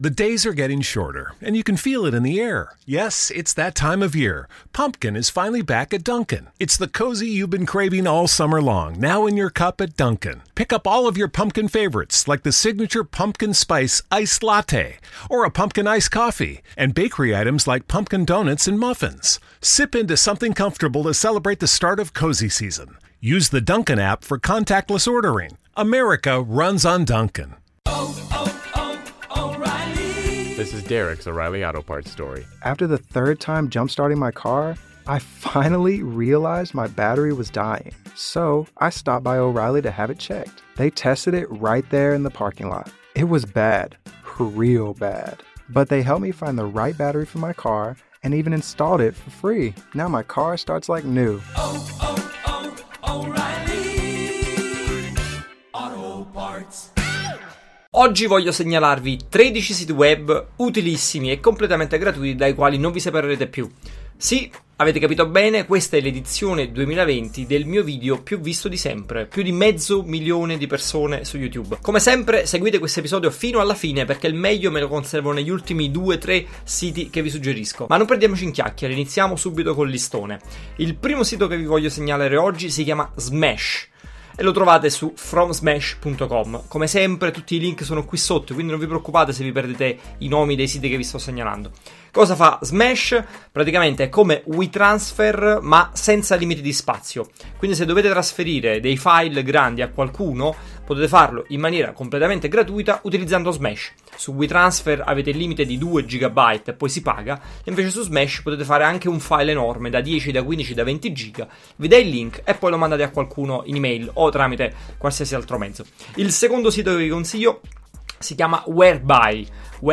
The days are getting shorter, and you can feel it in the air. Yes, it's that time of year. Pumpkin is finally back at Dunkin'. It's the cozy you've been craving all summer long, now in your cup at Dunkin'. Pick up all of your pumpkin favorites, like the signature pumpkin spice iced latte, or a pumpkin iced coffee, and bakery items like pumpkin donuts and muffins. Sip into something comfortable to celebrate the start of cozy season. Use the Dunkin' app for contactless ordering. America runs on Dunkin'. This is Derek's O'Reilly Auto Parts story. After the third time jump-starting my car, I finally realized my battery was dying. So I stopped by O'Reilly to have it checked. They tested it right there in the parking lot. It was bad, real bad. But they helped me find the right battery for my car and even installed it for free. Now my car starts like new. O'Reilly Auto Parts. Oggi voglio segnalarvi 13 siti web utilissimi e completamente gratuiti dai quali non vi separerete più. Sì, avete capito bene, questa è l'edizione 2020 del mio video più visto di sempre, più di 500.000 di persone su YouTube. Come sempre, seguite questo episodio fino alla fine perché il meglio me lo conservo negli ultimi 2-3 siti che vi suggerisco. Ma non perdiamoci in chiacchiere, iniziamo subito col listone. Il primo sito che vi voglio segnalare oggi si chiama Smash. E lo trovate su fromsmash.com. Come sempre tutti i link sono qui sotto, quindi non vi preoccupate se vi perdete i nomi dei siti che vi sto segnalando. Cosa fa Smash? Praticamente è come WeTransfer ma senza limiti di spazio. Quindi se dovete trasferire dei file grandi a qualcuno potete farlo in maniera completamente gratuita utilizzando Smash. Su WeTransfer avete il limite di 2 GB e poi si paga, invece su Smash potete fare anche un file enorme da 10, da 15, da 20 GB, vi dai il link e poi lo mandate a qualcuno in email o tramite qualsiasi altro mezzo. Il secondo sito che vi consiglio si chiama Whereby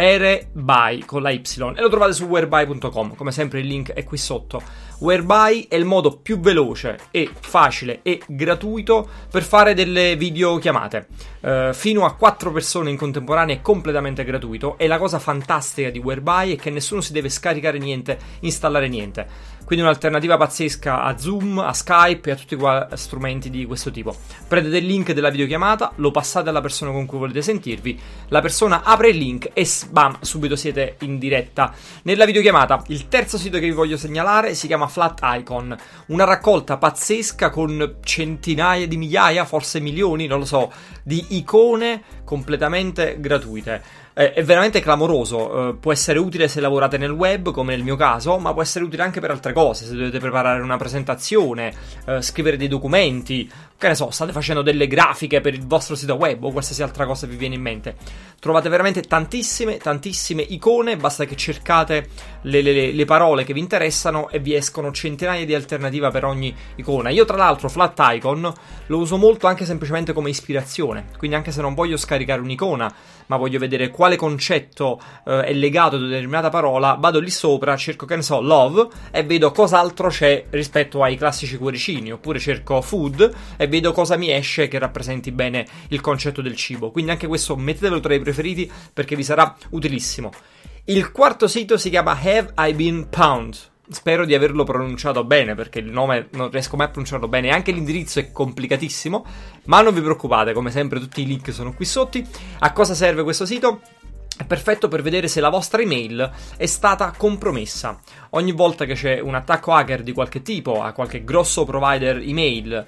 con la Y e lo trovate su whereby.com. Come sempre il link è qui sotto. Whereby è il modo più veloce e facile e gratuito per fare delle videochiamate. Fino a 4 persone in contemporanea è completamente gratuito e la cosa fantastica di Whereby è che nessuno si deve scaricare niente, installare niente. Quindi un'alternativa pazzesca a Zoom, a Skype e a tutti quei strumenti di questo tipo. Prendete il link della videochiamata, lo passate alla persona con cui volete sentirvi, la persona apre il link e bam, subito siete in diretta nella videochiamata. Il terzo sito che vi voglio segnalare si chiama Flat Icon, una raccolta pazzesca con centinaia di migliaia, forse milioni, non lo so, di icone completamente gratuite. È veramente clamoroso, può essere utile se lavorate nel web come nel mio caso, ma può essere utile anche per altre cose, se dovete preparare una presentazione, scrivere dei documenti, che ne so, state facendo delle grafiche per il vostro sito web o qualsiasi altra cosa vi viene in mente. Trovate veramente tantissime icone, basta che cercate le parole che vi interessano e vi escono centinaia di alternative per ogni icona. Io tra l'altro Flat Icon lo uso molto anche semplicemente come ispirazione, quindi anche se non voglio scaricare un'icona ma voglio vedere quale concetto è legato ad una determinata parola, vado lì sopra, cerco, che ne so, love e vedo cos'altro c'è rispetto ai classici cuoricini, oppure cerco food e vedo cosa mi esce che rappresenti bene il concetto del cibo. Quindi anche questo mettetelo tra i preferiti perché vi sarà utilissimo. Il quarto sito si chiama Have I Been Pwned? Spero di averlo pronunciato bene perché il nome non riesco mai a pronunciarlo bene, anche l'indirizzo è complicatissimo, ma non vi preoccupate, come sempre tutti i link sono qui sotto. A cosa serve questo sito? È perfetto per vedere se la vostra email è stata compromessa. Ogni volta che c'è un attacco hacker di qualche tipo a qualche grosso provider email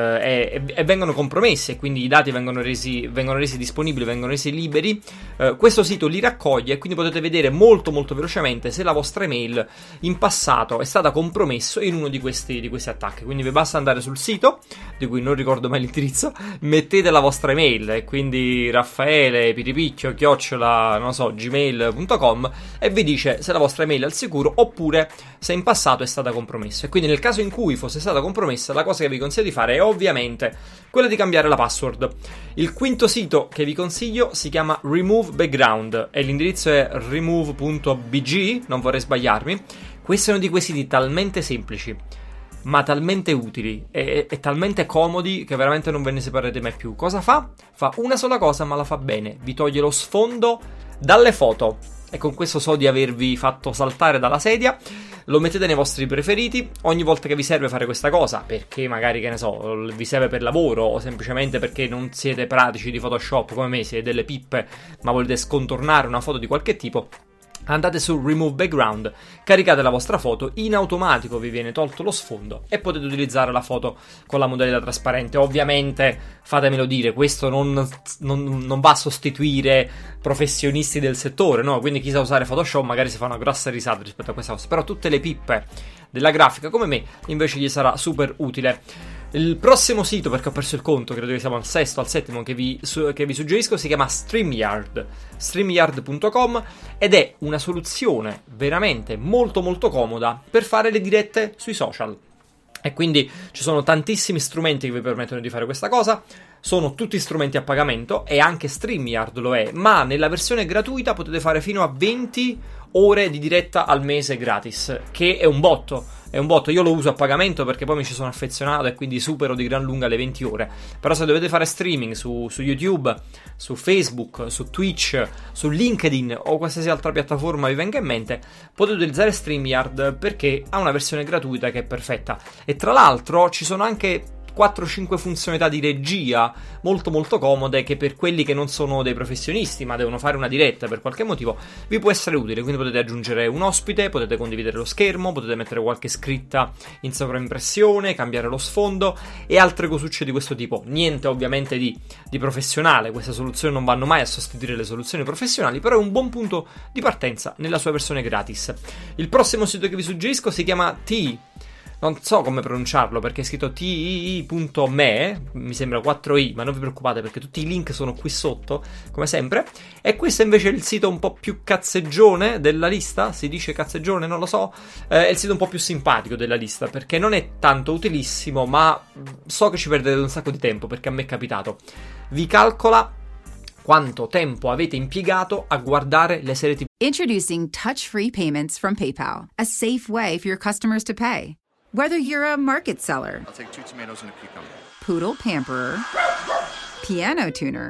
e vengono compromessi e quindi i dati vengono resi disponibili, vengono resi liberi, questo sito li raccoglie e quindi potete vedere molto velocemente se la vostra email in passato è stata compromesso in uno di questi attacchi. Quindi vi basta andare sul sito, di cui non ricordo mai l'indirizzo, mettete la vostra email e quindi Raffaele Piripicchio gmail.com e vi dice se la vostra email è al sicuro oppure se in passato è stata compromessa. E quindi nel caso in cui fosse stata compromessa, la cosa che vi consiglio di fare è ovviamente quella di cambiare la password. Il quinto sito che vi consiglio si chiama Remove Background e l'indirizzo è remove.bg, non vorrei sbagliarmi. Questi sono di quei siti talmente semplici ma talmente utili e talmente comodi che veramente non ve ne separerete mai più. Cosa fa? Fa una sola cosa ma la fa bene, vi toglie lo sfondo dalle foto e con questo so di avervi fatto saltare dalla sedia. lo mettete nei vostri preferiti. Ogni volta che vi serve fare questa cosa, perché magari, che ne so, vi serve per lavoro o semplicemente perché non siete pratici di Photoshop come me, siete delle pippe ma volete scontornare una foto di qualche tipo, andate su Remove Background, caricate la vostra foto, in automatico vi viene tolto lo sfondo e potete utilizzare la foto con la modalità trasparente. Ovviamente, fatemelo dire, questo non va a sostituire professionisti del settore, no? Quindi chi sa usare Photoshop magari si fa una grossa risata rispetto a questa cosa, però tutte le pippe della grafica come me invece gli sarà super utile. Il prossimo sito, perché ho perso il conto, credo che siamo al sesto, al settimo, che vi suggerisco, si chiama StreamYard, StreamYard.com, ed è una soluzione veramente molto molto comoda per fare le dirette sui social. E quindi ci sono tantissimi strumenti che vi permettono di fare questa cosa. Sono tutti strumenti a pagamento e anche StreamYard lo è, ma nella versione gratuita potete fare fino a 20 ore di diretta al mese gratis, che è un botto. È un botto, io lo uso a pagamento perché poi mi ci sono affezionato e quindi supero di gran lunga le 20 ore. Però se dovete fare streaming su YouTube, su Facebook, su Twitch, su LinkedIn o qualsiasi altra piattaforma vi venga in mente, potete utilizzare StreamYard perché ha una versione gratuita che è perfetta. E tra l'altro ci sono anche 4-5 funzionalità di regia molto molto comode che per quelli che non sono dei professionisti ma devono fare una diretta per qualche motivo vi può essere utile. Quindi potete aggiungere un ospite, potete condividere lo schermo, potete mettere qualche scritta in sovraimpressione, cambiare lo sfondo e altre cosucce di questo tipo. Niente ovviamente di professionale, queste soluzioni non vanno mai a sostituire le soluzioni professionali, però è un buon punto di partenza nella sua versione gratis. Il prossimo sito che vi suggerisco si chiama non so come pronunciarlo perché è scritto tii.me, mi sembra 4i, ma non vi preoccupate perché tutti i link sono qui sotto, come sempre. E questo invece è il sito un po' più cazzeggione della lista, si dice cazzeggione, non lo so, è il sito un po' più simpatico della lista perché non è tanto utilissimo, ma so che ci perdete un sacco di tempo perché a me è capitato. Vi calcola quanto tempo avete impiegato a guardare le serie TV. Introducing touch-free payments from PayPal, a safe way for your customers to pay. Whether you're a market seller, I'll take 2 tomatoes and a cucumber, poodle pamperer, piano tuner,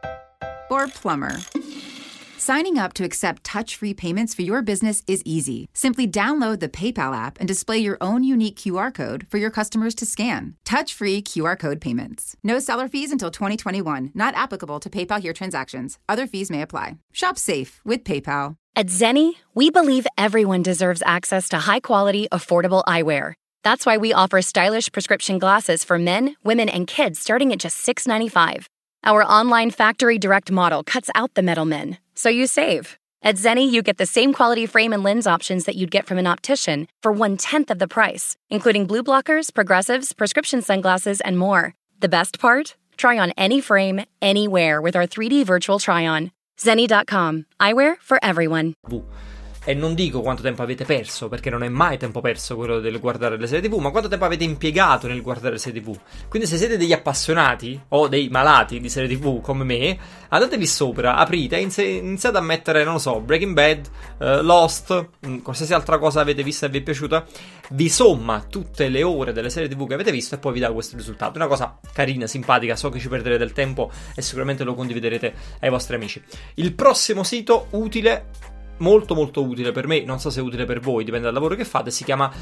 or plumber, signing up to accept touch-free payments for your business is easy. Simply download the PayPal app and display your own unique QR code for your customers to scan. Touch-free QR code payments. No seller fees until 2021. Not applicable to PayPal here transactions. Other fees may apply. Shop safe with PayPal. At Zenni, we believe everyone deserves access to high-quality, affordable eyewear. That's why we offer stylish prescription glasses for men, women, and kids starting at just $6.95. Our online factory direct model cuts out the middlemen, so you save. At Zenni, you get the same quality frame and lens options that you'd get from an optician for 1/10 of the price, including blue blockers, progressives, prescription sunglasses, and more. The best part? Try on any frame, anywhere with our 3D virtual try-on. Zenni.com. Eyewear for everyone. E non dico quanto tempo avete perso, perché non è mai tempo perso quello del guardare le serie TV, ma quanto tempo avete impiegato nel guardare le serie TV. Quindi se siete degli appassionati o dei malati di serie TV come me, andate lì sopra, aprite e iniziate a mettere, non lo so, Breaking Bad, Lost, qualsiasi altra cosa avete visto e vi è piaciuta, vi somma tutte le ore delle serie TV che avete visto e poi vi dà questo risultato. Una cosa carina, simpatica, so che ci perderete del tempo e sicuramente lo condividerete ai vostri amici. Il prossimo sito utile, molto molto utile per me, non so se è utile per voi, dipende dal lavoro che fate, si chiama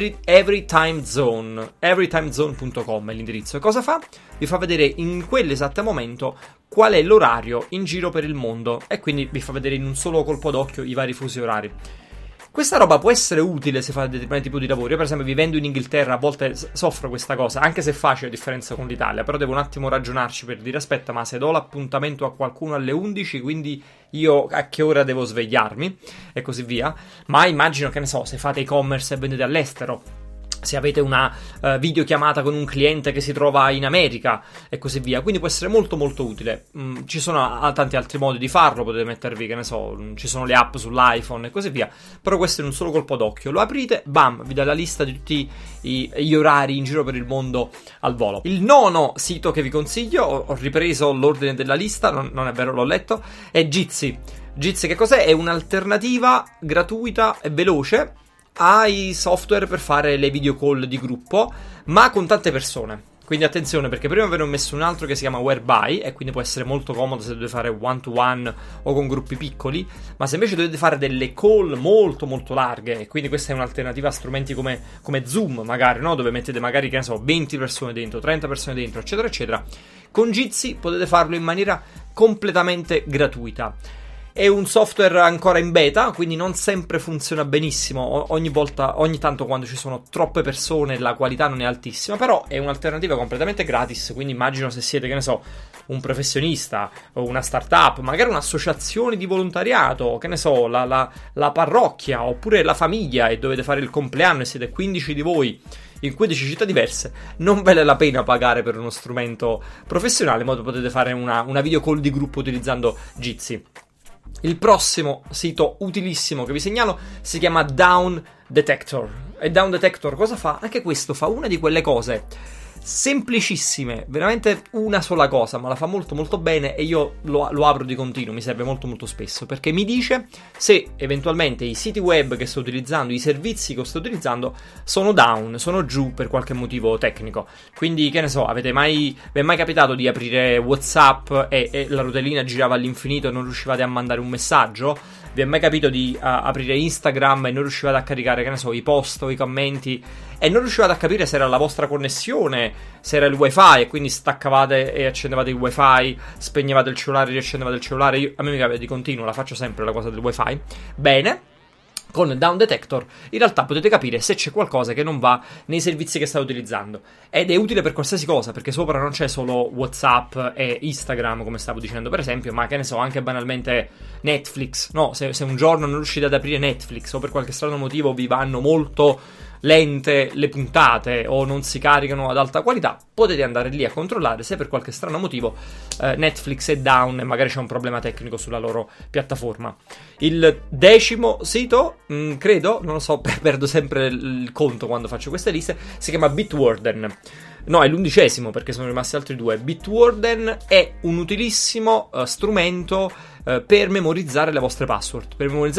Everytimezone, everytimezone.com è l'indirizzo. E cosa fa? Vi fa vedere in quell'esatto momento qual è l'orario in giro per il mondo e quindi vi fa vedere in un solo colpo d'occhio i vari fusi orari. Questa roba può essere utile se fate determinati tipi di lavori. Io per esempio vivendo in Inghilterra a volte soffro questa cosa, anche se è facile a differenza con l'Italia, però devo un attimo ragionarci per dire aspetta, ma se do l'appuntamento a qualcuno alle 11, quindi io a che ora devo svegliarmi e così via. Ma immagino che ne so, se fate e-commerce e vendete all'estero, se avete una videochiamata con un cliente che si trova in America e così via, quindi può essere molto molto utile. Ci sono tanti altri modi di farlo, potete mettervi, che ne so, ci sono le app sull'iPhone e così via, però questo in un solo colpo d'occhio, lo aprite, bam, vi dà la lista di tutti gli orari in giro per il mondo al volo. Il nono sito che vi consiglio, ho ripreso l'ordine della lista, non è vero, l'ho letto, è Jitsi. Jitsi che cos'è? È un'alternativa gratuita e veloce ai software per fare le video call di gruppo, ma con tante persone. Quindi attenzione, perché prima ve ne ho messo un altro che si chiama Whereby, e quindi può essere molto comodo se dovete fare one to one o con gruppi piccoli, ma se invece dovete fare delle call molto molto larghe, e quindi questa è un'alternativa a strumenti come Zoom magari, no? Dove mettete magari, che ne so, 20 persone dentro, 30 persone dentro, eccetera eccetera, con Jitsi potete farlo in maniera completamente gratuita. È un software ancora in beta, quindi non sempre funziona benissimo. Ogni tanto quando ci sono troppe persone la qualità non è altissima, però è un'alternativa completamente gratis, quindi immagino se siete, che ne so, un professionista o una startup, magari un'associazione di volontariato, che ne so, la parrocchia oppure la famiglia, e dovete fare il compleanno e siete 15 di voi in 15 città diverse, non vale la pena pagare per uno strumento professionale, ma potete fare una video call di gruppo utilizzando Jitsi. Il prossimo sito utilissimo che vi segnalo si chiama Down Detector. E Down Detector cosa fa? Anche questo fa una di quelle cose semplicissime, veramente una sola cosa, ma la fa molto molto bene, e io lo apro di continuo, mi serve molto molto spesso, perché mi dice se eventualmente i siti web che sto utilizzando, i servizi che sto utilizzando sono down, sono giù per qualche motivo tecnico. Quindi, che ne so, vi è mai capitato di aprire WhatsApp e la rotellina girava all'infinito e non riuscivate a mandare un messaggio? Vi è mai capitato di aprire Instagram e non riuscivate a caricare, che ne so, i post o i commenti, e non riuscivate a capire se era la vostra connessione, se era il wifi, e quindi staccavate e accendevate il wifi, spegnevate il cellulare, riaccendevate il cellulare? A me mi capita di continuo, la faccio sempre la cosa del wifi. Bene, con Down Detector in realtà potete capire se c'è qualcosa che non va nei servizi che state utilizzando, ed è utile per qualsiasi cosa, perché sopra non c'è solo WhatsApp e Instagram, come stavo dicendo per esempio, ma che ne so, anche banalmente Netflix, no? Se un giorno non riuscite ad aprire Netflix, o per qualche strano motivo vi vanno molto lente le puntate o non si caricano ad alta qualità, potete andare lì a controllare se per qualche strano motivo Netflix è down e magari c'è un problema tecnico sulla loro piattaforma. Il 10° sito, credo, non lo so, perdo sempre il conto quando faccio queste liste, si chiama Bitwarden. No, è l'11° perché sono rimasti altri 2. Bitwarden è un utilissimo strumento per memorizzare le vostre password,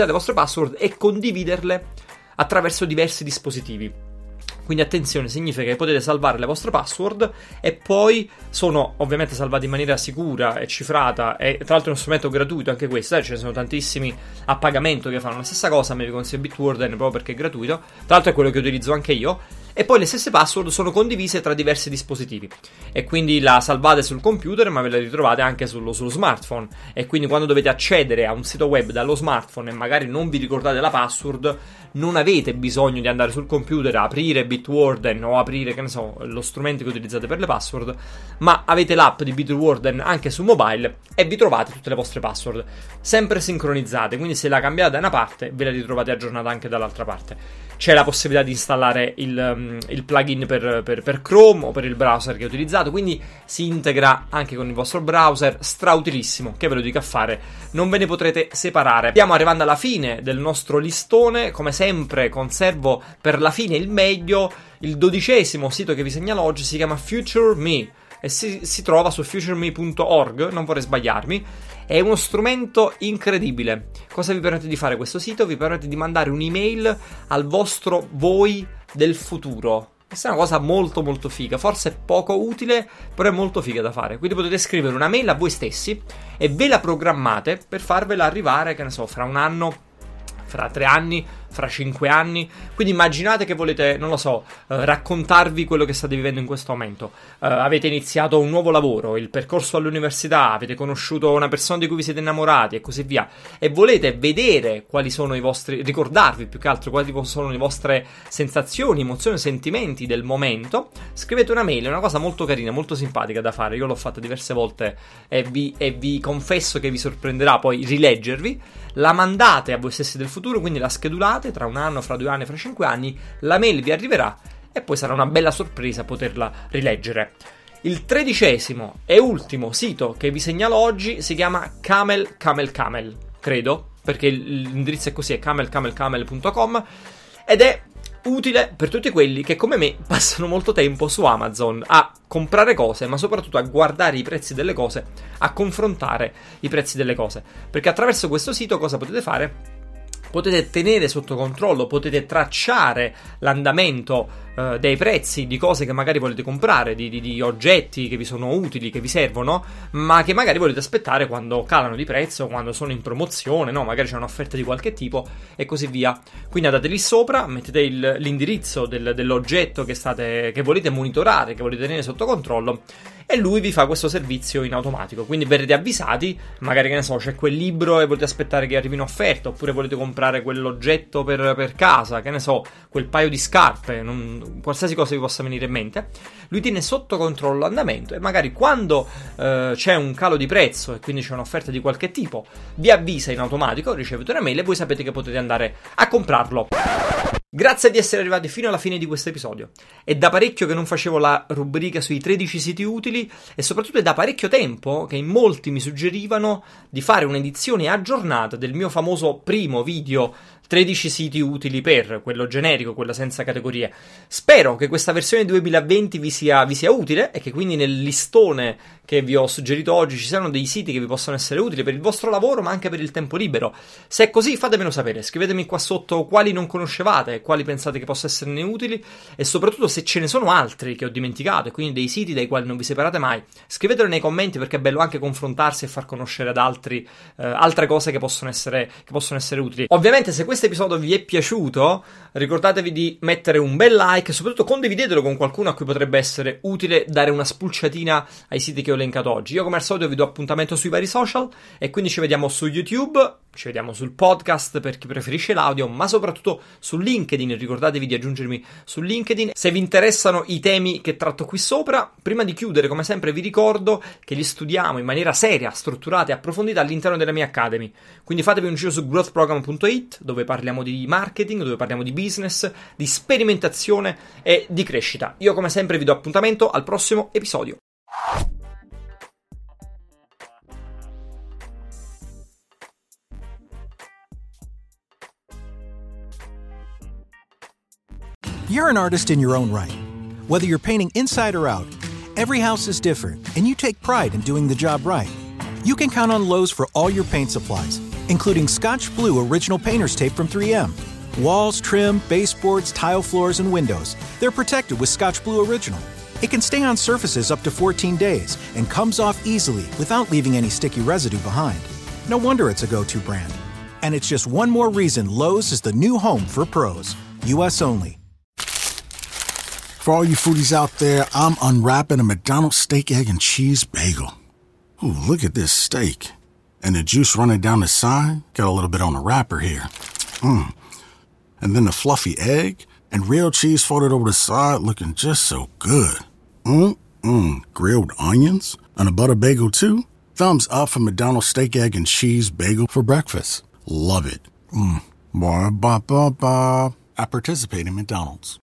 e condividerle attraverso diversi dispositivi. Quindi attenzione, significa che potete salvare le vostre password e poi sono ovviamente salvate in maniera sicura e cifrata, e tra l'altro è uno strumento gratuito anche questo, ce ne sono tantissimi a pagamento che fanno la stessa cosa, ma vi consiglio Bitwarden proprio perché è gratuito, tra l'altro è quello che utilizzo anche io. E poi le stesse password sono condivise tra diversi dispositivi, e quindi la salvate sul computer, ma ve la ritrovate anche sullo smartphone, e quindi quando dovete accedere a un sito web dallo smartphone e magari non vi ricordate la password, non avete bisogno di andare sul computer a aprire Bitwarden o aprire, che ne so, lo strumento che utilizzate per le password, ma avete l'app di Bitwarden anche su mobile e vi trovate tutte le vostre password sempre sincronizzate, quindi se la cambiate da una parte ve la ritrovate aggiornata anche dall'altra parte. C'è la possibilità di installare il plugin per Chrome o per il browser che utilizzate, quindi si integra anche con il vostro browser, strautilissimo, che ve lo dico a fare, non ve ne potrete separare. Stiamo arrivando alla fine del nostro listone, come sempre conservo per la fine il meglio. Il 12° sito che vi segnalo oggi si chiama Future Me e si trova su futureme.org, non vorrei sbagliarmi. È uno strumento incredibile. Cosa vi permette di fare questo sito? Vi permette di mandare un'email al vostro voi del futuro. Questa è una cosa molto molto figa, forse è poco utile, però è molto figa da fare. Quindi potete scrivere una mail a voi stessi e ve la programmate per farvela arrivare, che ne so, fra un anno, fra 3 anni, fra 5 anni. Quindi immaginate che volete, non lo so, raccontarvi quello che state vivendo in questo momento. Avete iniziato un nuovo lavoro, il percorso all'università, avete conosciuto una persona di cui vi siete innamorati e così via, e volete vedere quali sono i vostri, ricordarvi più che altro quali sono le vostre sensazioni, emozioni, sentimenti del momento. Scrivete una mail, è una cosa molto carina, molto simpatica da fare. Io l'ho fatta diverse volte e vi confesso che vi sorprenderà poi rileggervi. La mandate a voi stessi del futuro, quindi la schedulate tra un anno, fra 2 anni, fra 5 anni, la mail vi arriverà e poi sarà una bella sorpresa poterla rileggere. Il 13° e ultimo sito che vi segnalo oggi si chiama Camel, credo, perché l'indirizzo è così, è camelcamelcamel.com, ed è utile per tutti quelli che come me passano molto tempo su Amazon a comprare cose, ma soprattutto a guardare i prezzi delle cose, a confrontare i prezzi delle cose, perché attraverso questo sito cosa potete fare? potete tenere sotto controllo, potete tracciare l'andamento dei prezzi di cose che magari volete comprare, di oggetti che vi sono utili, che vi servono, ma che magari volete aspettare quando calano di prezzo, quando sono in promozione, no? Magari c'è un'offerta di qualche tipo e così via. Quindi andate lì sopra, mettete l'indirizzo dell'oggetto che volete monitorare, che volete tenere sotto controllo, e lui vi fa questo servizio in automatico. Quindi verrete avvisati, magari, che ne so, c'è quel libro e volete aspettare che arrivi in offerta, oppure volete comprare quell'oggetto per casa, che ne so, quel paio di scarpe, qualsiasi cosa vi possa venire in mente. Lui tiene sotto controllo l'andamento e magari quando c'è un calo di prezzo e quindi c'è un'offerta di qualche tipo, vi avvisa in automatico, ricevete una mail e voi sapete che potete andare a comprarlo. Grazie di essere arrivati fino alla fine di questo episodio. È da parecchio che non facevo la rubrica sui 13 siti utili e soprattutto è da parecchio tempo che in molti mi suggerivano di fare un'edizione aggiornata del mio famoso primo video 13 siti utili per, quello generico, quello senza categorie. Spero che questa versione 2020 vi sia utile e che quindi nel listone che vi ho suggerito oggi ci siano dei siti che vi possono essere utili per il vostro lavoro ma anche per il tempo libero. Se è così fatemelo sapere, scrivetemi qua sotto quali non conoscevate, quali pensate che possa esserne utili e soprattutto se ce ne sono altri che ho dimenticato e quindi dei siti dai quali non vi separate mai, scrivetelo nei commenti perché è bello anche confrontarsi e far conoscere ad altri altre cose che possono essere utili. Ovviamente se questo episodio vi è piaciuto ricordatevi di mettere un bel like e soprattutto condividetelo con qualcuno a cui potrebbe essere utile dare una spulciatina ai siti che ho elencato oggi. Io come al solito vi do appuntamento sui vari social e quindi ci vediamo su YouTube, ci vediamo sul podcast per chi preferisce l'audio, ma soprattutto su LinkedIn. Ricordatevi di aggiungermi su LinkedIn se vi interessano i temi che tratto qui sopra. Prima di chiudere, come sempre, vi ricordo che li studiamo in maniera seria, strutturata e approfondita all'interno della mia Academy. Quindi fatevi un giro su growthprogram.it dove parliamo di marketing, dove parliamo di business, di sperimentazione e di crescita. Io come sempre vi do appuntamento al prossimo episodio. You're an artist in your own right. Whether you're painting inside or out, every house is different, and you take pride in doing the job right. You can count on Lowe's for all your paint supplies, including Scotch Blue Original Painter's Tape from 3M. Walls, trim, baseboards, tile floors, and windows, they're protected with Scotch Blue Original. It can stay on surfaces up to 14 days and comes off easily without leaving any sticky residue behind. No wonder it's a go-to brand. And it's just one more reason Lowe's is the new home for pros. U.S. only. For all you foodies out there, I'm unwrapping a McDonald's steak, egg, and cheese bagel. Ooh, look at this steak. And the juice running down the side. Got a little bit on the wrapper here. And then the fluffy egg and real cheese folded over the side looking just so good. Grilled onions and a butter bagel too. Thumbs up for McDonald's steak, egg, and cheese bagel for breakfast. Love it. Ba-ba-ba-ba. I participate in McDonald's.